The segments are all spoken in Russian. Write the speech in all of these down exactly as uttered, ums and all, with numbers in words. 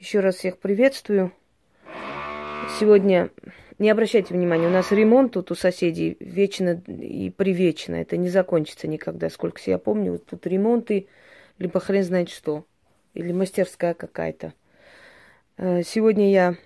Еще раз всех приветствую. Сегодня, не обращайте внимания, у нас ремонт тут у соседей вечно и привечно. Это не закончится никогда. Сколько себя помню, вот тут ремонты, либо хрен знает что. Или мастерская какая-то. Сегодня я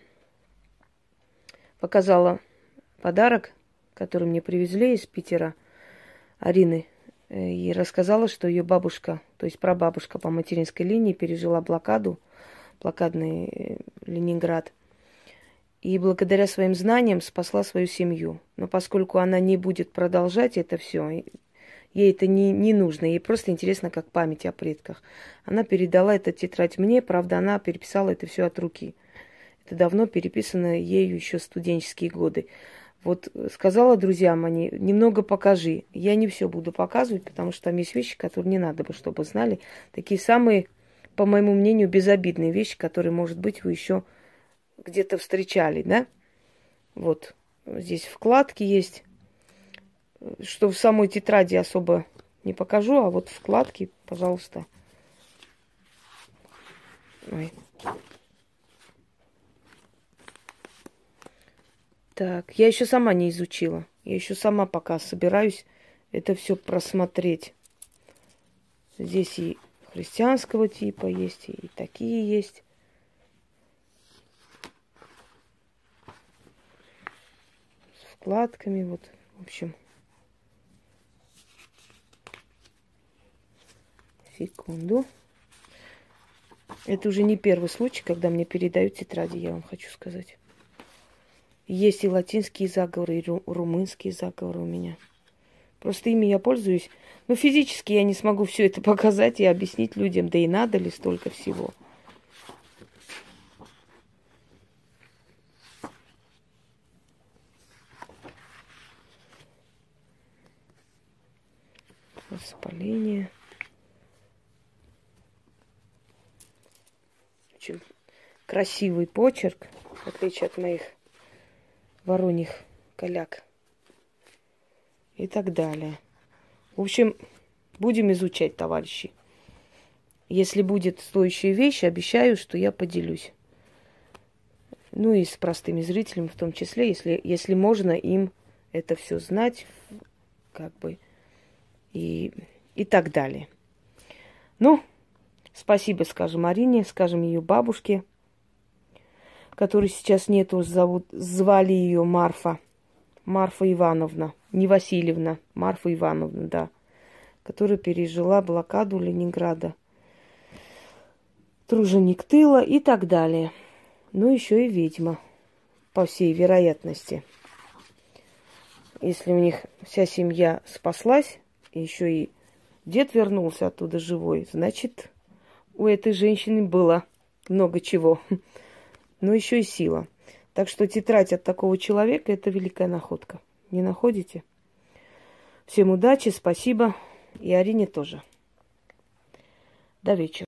показала подарок, который мне привезли из Питера, Арины. И рассказала, что ее бабушка, то есть прабабушка по материнской линии, пережила блокаду, блокадный Ленинград. И благодаря своим знаниям спасла свою семью. Но поскольку она не будет продолжать это все, ей это не, не нужно. Ей просто интересно, как память о предках. Она передала эту тетрадь мне, правда, она переписала это все от руки. Это давно переписано ею еще в студенческие годы. Вот сказала друзьям они, немного покажи. Я не все буду показывать, потому что там есть вещи, которые не надо бы, чтобы знали. Такие самые, по моему мнению, безобидные вещи, которые, может быть, вы еще где-то встречали, да? Вот, здесь вкладки есть, что в самой тетради особо не покажу, а вот вкладки, пожалуйста. Ой. Так, я еще сама не изучила. Я еще сама пока собираюсь это все просмотреть. Здесь и христианского типа есть, и такие есть. С вкладками, вот, в общем. Секунду. Это уже не первый случай, когда мне передают тетради, я вам хочу сказать. Есть и латинские заговоры, и ру- румынские заговоры у меня. Просто ими я пользуюсь. Но физически я не смогу все это показать и объяснить людям. Да и надо ли столько всего. Воспаление. Очень красивый почерк, в отличие от моих вороньих коляк и так далее. В общем, будем изучать, товарищи. Если будет стоящая вещь, обещаю, что я поделюсь. Ну и с простыми зрителями в том числе, если, если можно им это все знать, как бы, и, и так далее. Ну, спасибо, скажем, Арине, скажем, ее бабушке, которой сейчас нету, зовут, звали ее Марфа. Марфа Ивановна, не Васильевна, Марфа Ивановна, да, которая пережила блокаду Ленинграда, труженик тыла и так далее. Ну, еще и ведьма, по всей вероятности. Если у них вся семья спаслась, и еще и дед вернулся оттуда живой, значит, у этой женщины было много чего. Но еще и сила. Так что тетрадь от такого человека – это великая находка. Не находите? Всем удачи, спасибо. И Арине тоже. До вечера.